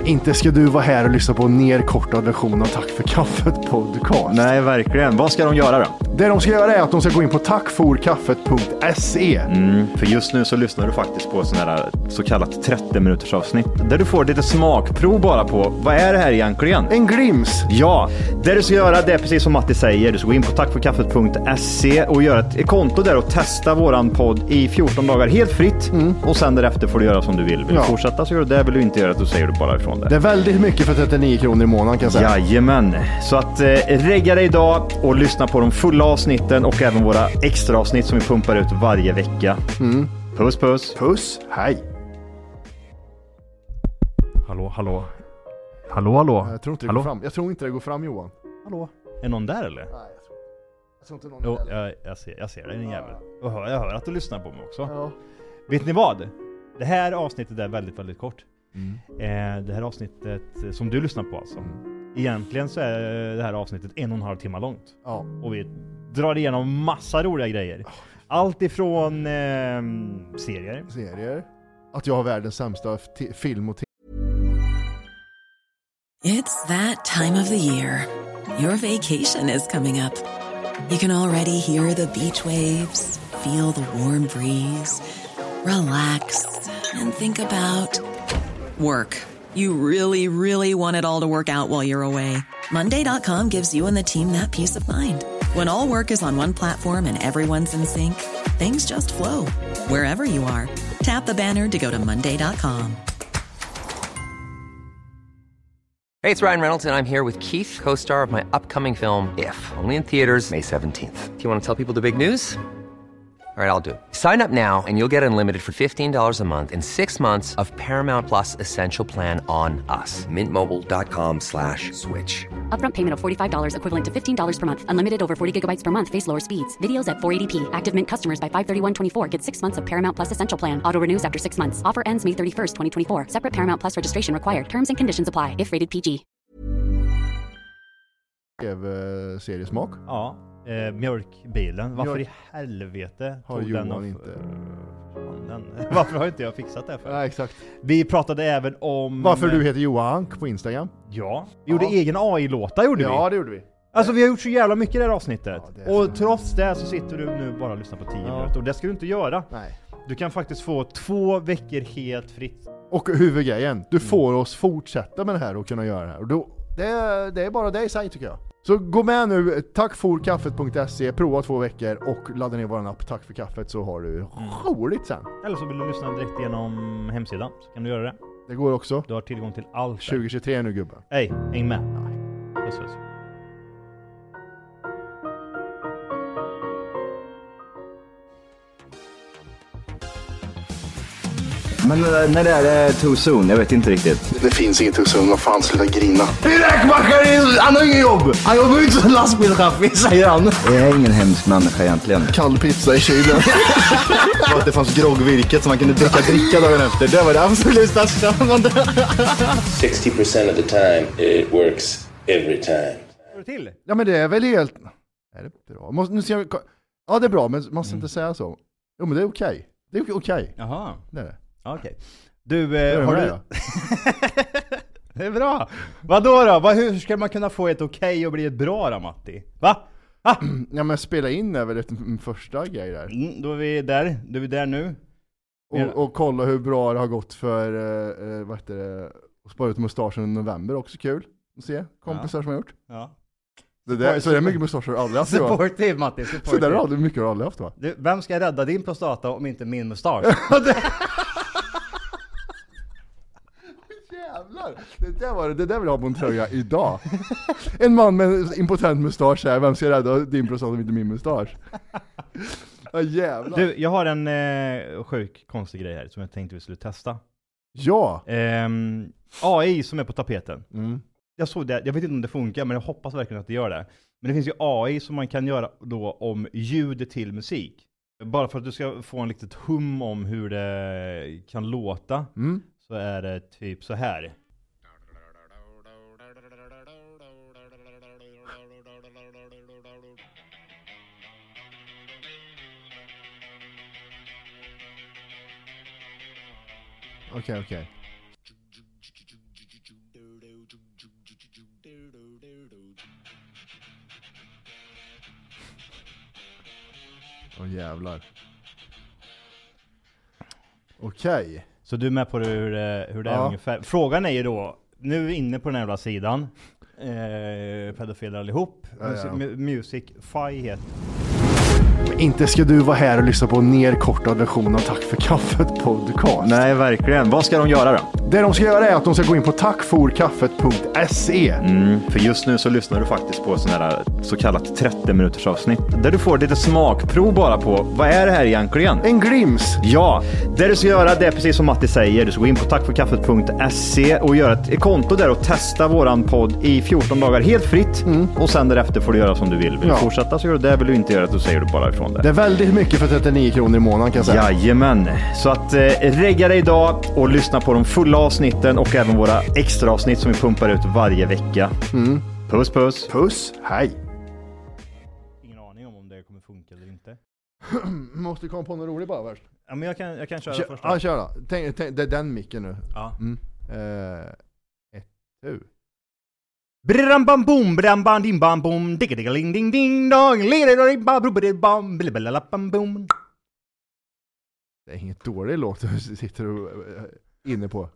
Inte ska du vara här och lyssna på en nerkortad version av Tack för kaffet podcast. Nej, verkligen. Vad ska de göra då? Det de ska göra är att de ska gå in på tackforkaffet.se. För just nu så lyssnar du faktiskt på sån här så kallat 30 minuters avsnitt. Där du får lite smakprov bara på, vad är det här egentligen? En glims. Ja, det du ska göra det är precis som Matti säger. Du ska gå in på tackforkaffet.se och göra ett konto där och testa våran podd i 14 dagar helt fritt. Och sen därefter får du göra som du vill. Vill du fortsätta så gör du det. Vill du inte göra det, då säger du bara ifrån det. Det är väldigt mycket för 39 kronor i månaden kan jag säga. Jajamän. Så att regga dig idag och lyssna på de fulla avsnitten och även våra extra avsnitt som vi pumpar ut varje vecka. Puss, puss. Puss, hej. Hallå. Jag tror inte det går fram. Jag tror inte det går fram, Johan. Hallå. Är någon där eller? Nej, jag tror inte någon är där. Jag ser dig, din jävel. Jag hör att du lyssnar på mig också. Ja. Vet ni vad? Det här avsnittet är väldigt, väldigt kort. Det här avsnittet som du lyssnar på alltså. Egentligen så är det här avsnittet 1,5 timmar långt. Ja. Och vi drar igenom massa roliga grejer. Allt ifrån serier. Att jag har världens sämsta film och It's that time of the year. Your vacation is coming up. You can already hear the beach waves, feel the warm breeze, relax and think about work. You really, really want it all to work out while you're away. Monday.com gives you and the team that peace of mind. When all work is on one platform and everyone's in sync, things just flow. Wherever you are, tap the banner to go to Monday.com. Hey, it's Ryan Reynolds, and I'm here with Keith, co-star of my upcoming film, If, only in theaters May 17th. Do you want to tell people the big news? All right, I'll do it. Sign up now and you'll get unlimited for $15 a month and 6 months of Paramount Plus Essential Plan on us. MintMobile.com/switch. Upfront payment of $45 equivalent to $15 per month. Unlimited over 40 gigabytes per month. Face lower speeds. Videos at 480p. Active Mint customers by 531.24 get 6 months of Paramount Plus Essential Plan. Auto renews after 6 months. Offer ends May 31st, 2024. Separate Paramount Plus registration required. Terms and conditions apply if rated PG. seriesmak. Ja. Mjölkbilen. Varför i helvete har Johan inte? Varför har inte jag fixat det för? Nej, exakt. Vi pratade även om... Varför du heter Johan på Instagram. Ja. Vi gjorde egen AI-låta gjorde vi. Ja, det gjorde vi. Alltså vi har gjort så jävla mycket i det här avsnittet. Ja, det och trots det så sitter du nu bara och lyssnar på 10 minuter. Och det ska du inte göra. Nej. Du kan faktiskt få 2 veckor helt fritt. Och huvudgrejen, du får oss fortsätta med det här och kunna göra det här. Och då, det är bara det i sig tycker jag. Så gå med nu, tackforkaffet.se, prova 2 veckor och ladda ner vår app Tack för kaffet så har du roligt sen. Eller så vill du lyssna direkt genom hemsidan så kan du göra det. Det går också. Du har tillgång till allt. 2023 nu gubben. Hej, häng med. Puss. Men när det är too soon, jag vet inte riktigt. Det finns inget too soon, vad fan, sluta grina. Räkmackare, han har ingen jobb! Han jobbar inte som lastbilschaffis, säger han. Jag är ingen hemsk människa egentligen. Kall pizza i kylen. Och att det fanns groggvirket som man kunde dricka dagen efter. Det var det absolut största. 60% of the time it works every time. Till. Ja men det är väl helt... Är det bra? Nu ser jag... Ja det är bra, men måste inte säga så. Jo men det är okej. Det är okej. Jaha. Det är det. Okej. Du, har du... Det är bra. Vadå då? Hur ska man kunna få ett okej och bli ett bra då, Matti? Va? Ja men spela in är väl en första grej där. Då är vi där. Du är där nu. Och kolla hur bra det har gått för vad heter det, att spara ut mustaschen i november, också kul att se kompisar som har gjort. Ja. Så det är mycket mustascher du aldrig haft. Supportive Matti, supportive. Så där har du mycket aldrig haft va? Du, vem ska rädda din prostata om inte min mustasch? Jävlar, det där vill jag ha på en tröja idag. En man med impotent mustasch här, vem ska rädda din prostata om inte min mustasch? Ja jävlar. Du, jag har en sjuk konstig grej här som jag tänkte vi skulle testa. Ja. AI som är på tapeten. Mm. Jag såg det, jag vet inte om det funkar men jag hoppas verkligen att det gör det. Men det finns ju AI som man kan göra då om ljud till musik. Bara för att du ska få en litet hum om hur det kan låta så är det typ så här. Okej. jävlar. Okej. Så du är med på hur det är ungefär. Frågan är ju då, nu är vi inne på den här jävla sidan. Pedofiler allihop. Musicfy heter. Inte ska du vara här och lyssna på en nerkortad version av Tack för kaffet podcast. Nej, verkligen. Vad ska de göra då? Det de ska göra är att de ska gå in på tackforkaffet.se. För just nu så lyssnar du faktiskt på sån här så kallat 30 minuters avsnitt. Där du får lite smakprov bara på, vad är det här egentligen? En glims. Ja, det du ska göra det är precis som Matti säger. Du ska gå in på tackforkaffet.se och göra ett konto där och testa våran podd i 14 dagar helt fritt. Och sen därefter får du göra som du vill. Vill du fortsätta så gör du det. Vill du inte göra det så säger du bara ifrån det. Det är väldigt mycket för 39 kronor i månaden kan jag säga. Jajamän. Så att regga dig idag och lyssna på de fulla avsnitten och även våra extra avsnitt som vi pumpar ut varje vecka. Puss, puss. Puss, hej. Ingen aning om det kommer funka eller inte. Måste komma på något roligt bara först. Ja, men jag kan köra först. Ja, kör då. Tänk, det är den micken nu. Ja. 1, 2. Bram bam boom bram bam dim bam boom digga digga ling ding ding dong lirari bam bam bam bam boom. Det är inget dålig låt du sitter och inne på.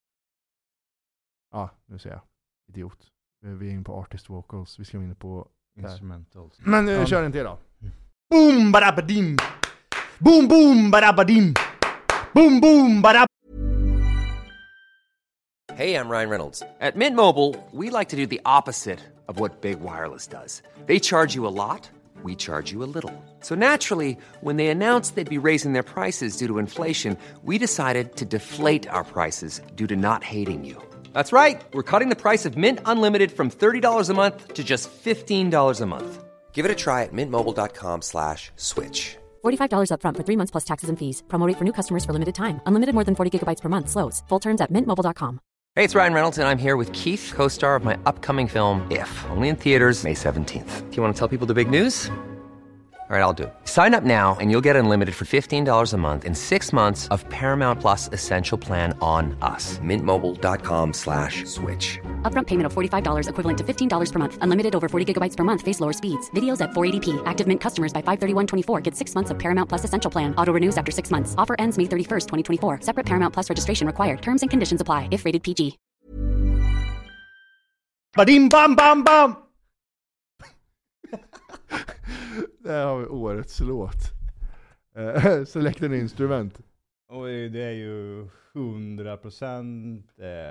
Ja, nu ser jag. Idiot. Vi är inne på artist vocals. Vi ska in på instrumentals. Men kör inte då. Boom barabadim. Boom boom barabadim. Boom boom barab. Hey, I'm Ryan Reynolds. At Mint Mobile, we like to do the opposite of what Big Wireless does. They charge you a lot, we charge you a little. So naturally, when they announced they'd be raising their prices due to inflation, we decided to deflate our prices due to not hating you. That's right. We're cutting the price of Mint Unlimited from $30 a month to just $15 a month. Give it a try at mintmobile.com/switch. $45 up front for 3 months plus taxes and fees. Promo rate for new customers for limited time. Unlimited more than 40 gigabytes per month. Slows full terms at mintmobile.com. Hey, it's Ryan Reynolds, and I'm here with Keith, co-star of my upcoming film, If, only in theaters May 17th. Do you want to tell people the big news? All right, I'll do it. Sign up now and you'll get unlimited for $15 a month and 6 months of Paramount Plus Essential Plan on us. mintmobile.com/switch. Upfront payment of $45 equivalent to $15 per month. Unlimited over 40 gigabytes per month. Face lower speeds. Videos at 480p. Active Mint customers by 531.24 get 6 months of Paramount Plus Essential Plan. Auto renews after 6 months. Offer ends May 31st, 2024. Separate Paramount Plus registration required. Terms and conditions apply if rated PG. Badim bam bam bam. Där har vi årets låt. Select an instrument. Oj, det är ju 100%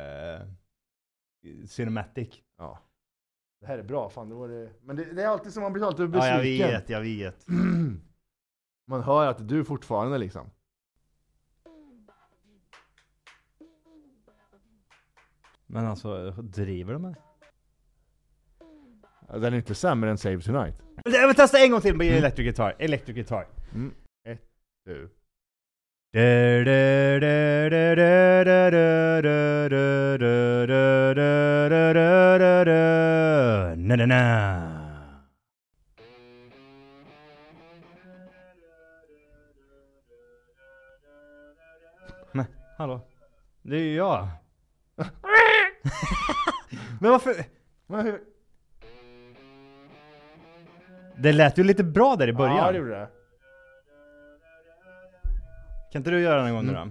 cinematic. Ja. Det här är bra, fan. Men det är alltid som man blir alltid besviken. Ja, jag vet. Man hör att du fortfarande liksom. Men alltså, driver de med? Den är inte sämre än Save Tonight. Jag vill testa en gång till med electric guitar. Electric guitar. 1, 2. Nej, hallå. Det är ju jag. Men varför? Det lät ju lite bra där i början. Ja, det gjorde det. Kan inte du göra en gång nu då?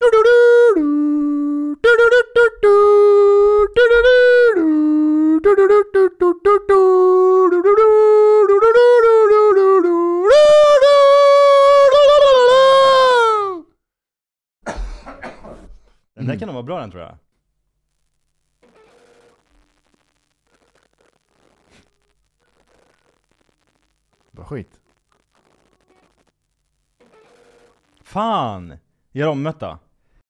Den där kan nog vara bra, den tror jag. Vad skit. Fan! Gör om mötta.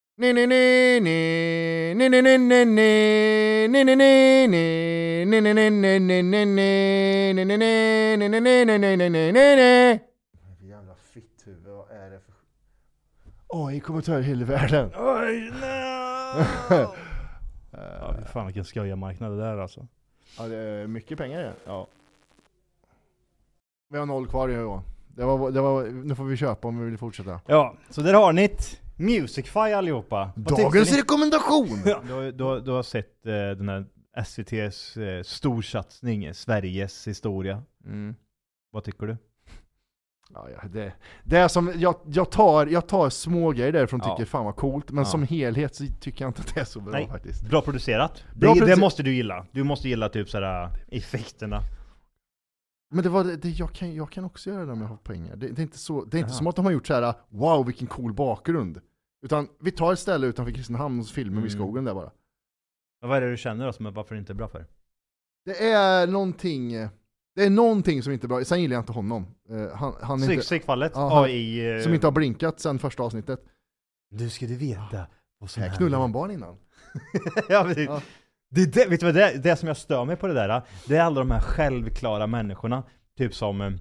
Jävla fitthuvud, vad är det för... Oj, kommentar hela världen. Oj, nej! Ja, fan vilken skojarmarknad det där alltså. Ja, det är mycket pengar det. Ja. Vi har 0 kvar i år. Det var, nu får vi köpa om vi vill fortsätta. Ja, så där har ni ett Musicfy allihopa. Dagens rekommendation! Du har sett den här SVT:s storsatsning, Sveriges historia. Vad tycker du? Ja, det är som jag tar små grejer därifrån tycker fan vad coolt, men som helhet så tycker jag inte att det är så bra faktiskt. Bra producerat. Det måste du gilla. Du måste gilla typ sådär effekterna. Men jag kan också göra det om jag har pengar. Det är inte så, det är inte som att de har gjort så här: wow vilken cool bakgrund. Utan vi tar ett ställe utanför Kristinehamn och filmer vid skogen där bara. Men vad är det du känner då som varför det inte är bra för? Det är någonting som inte är bra. Sen gillar jag inte honom. Han är Psykfallet. Som inte har blinkat sen första avsnittet. Du ska veta. Här knullar man barn innan. Ja. Vet du vad det som jag stör mig på det där? Det är alla de här självklara människorna. Typ som...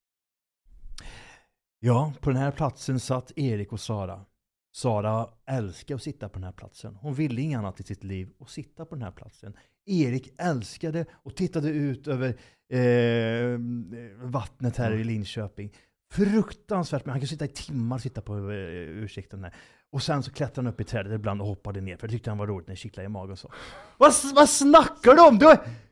Ja, på den här platsen satt Erik och Sara. Sara älskade att sitta på den här platsen. Hon ville inget annat i sitt liv att sitta på den här platsen. Erik älskade och tittade ut över vattnet här i Linköping. Fruktansvärt, men han kan sitta i timmar och sitta på ursikten här. Och sen så klättrade han upp i trädet ibland och hoppade ner, för det tyckte han var roligt när det kittlade i magen och så. Vad snackar du om?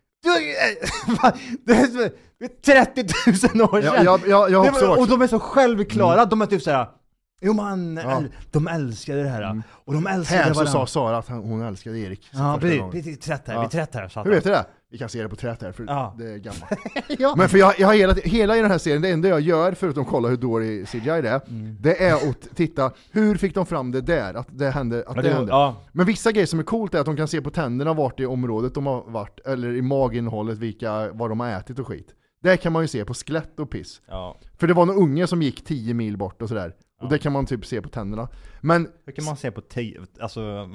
Det är 30 000 år sedan. Jag också och de är så självklara. De är typ såhär, jo man, de älskade det här. Och de älskade här så sa Sara att hon älskade Erik. Ja, vi är trött här. Hur vet du det? Vi kan se det på trät här, för det är gammalt. Men för jag har hela i den här serien, det enda jag gör förutom kolla hur dålig CGI det är, det är att titta, hur fick de fram det där? Att det hände. Ja. Men vissa grejer som är coolt är att de kan se på tänderna vart i området de har varit, eller i maginnehållet vad de har ätit och skit. Det kan man ju se på skelett och piss. Ja. För det var en unge som gick 10 mil bort och sådär. Och det kan man typ se på tänderna. Men hur kan man se på alltså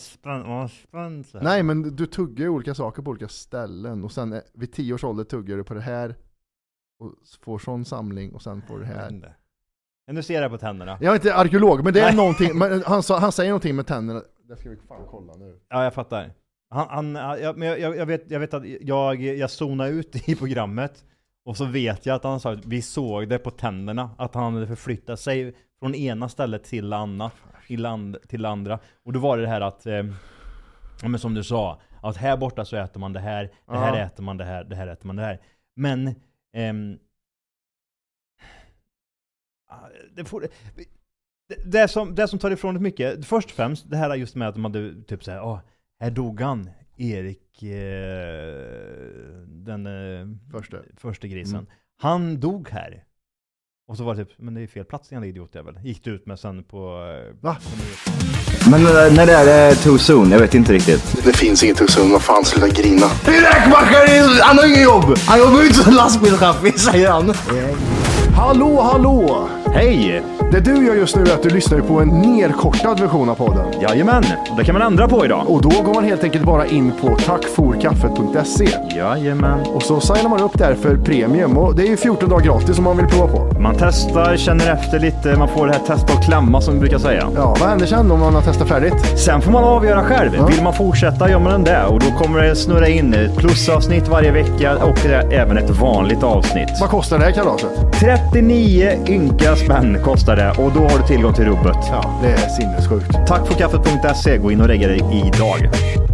nej, men du tuggar ju olika saker på olika ställen. Och sen vid 10 års ålder tuggar du på det här och får sån samling och sen får det här. Men du ser det på tänderna. Jag är inte arkeolog, men det är någonting. Men han säger någonting med tänderna. Det ska vi fan kolla nu. Ja, jag fattar. Jag vet att jag zonade ut i programmet. Och så vet jag att han sa att vi såg det på tänderna, att han hade förflyttat sig från ena stället till andra. Och då var det här att, men som du sa, att här borta så äter man det här, det här äter man det här, det här äter man det här. Men det som tar ifrån det mycket, först och främst det här just med att man hade typ såhär, här dog han, Erik, den första grisen. Han dog här. Och så var det typ, men det är fel plats igen, idiot jag väl. Gick det ut med sen på... Va? Men när det är too soon, jag vet inte riktigt. Det finns inget too soon, vad fan, sluta grina. Han har ingen jobb! Han jobbar inte som lastbilschaffis, säger han. Hallå! Hej! Det du gör just nu är att du lyssnar på en nerkortad version av podden. Jajamän, och det kan man ändra på idag. Och då går man helt enkelt bara in på tackforkaffet.se. Jajamän. Och så signar man upp där för premium. Och det är ju 14 dagar gratis om man vill prova på. Man testar, känner efter lite, man får det här testa och klämma som vi brukar säga. Ja, vad händer sen om man har testat färdigt? Sen får man avgöra själv. Ja. Vill man fortsätta, gör man den där. Och då kommer det snurra in ett plusavsnitt varje vecka och även ett vanligt avsnitt. Vad kostar det här kalaset? 39 ynka spänn kostar det. Och då har du tillgång till rubbet. Ja, det är sinnessjukt. Tackforkaffet.se, gå in och regga dig idag.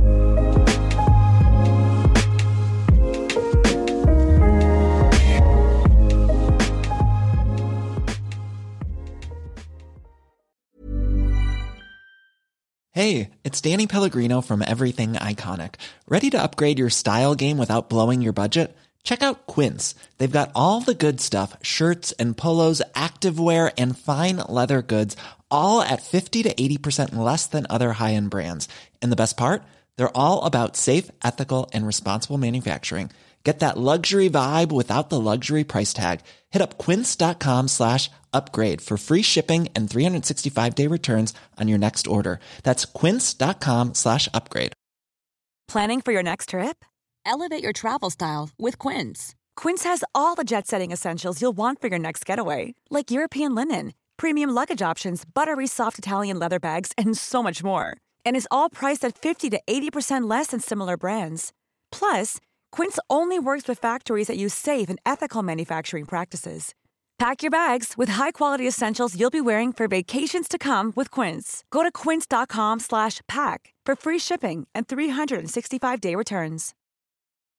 Hey, it's Danny Pellegrino from Everything Iconic. Ready to upgrade your style game without blowing your budget? Check out Quince. They've got all the good stuff, shirts and polos, activewear, and fine leather goods, all at 50 to 80% less than other high-end brands. And the best part? They're all about safe, ethical, and responsible manufacturing. Get that luxury vibe without the luxury price tag. Hit up quince.com/upgrade for free shipping and 365-day returns on your next order. That's quince.com/upgrade. Planning for your next trip? Elevate your travel style with Quince. Quince has all the jet-setting essentials you'll want for your next getaway, like European linen, premium luggage options, buttery soft Italian leather bags, and so much more. And is all priced at 50 to 80% less than similar brands. Plus, Quince only works with factories that use safe and ethical manufacturing practices. Pack your bags with high-quality essentials you'll be wearing for vacations to come with Quince. Go to quince.com/pack for free shipping and 365-day returns.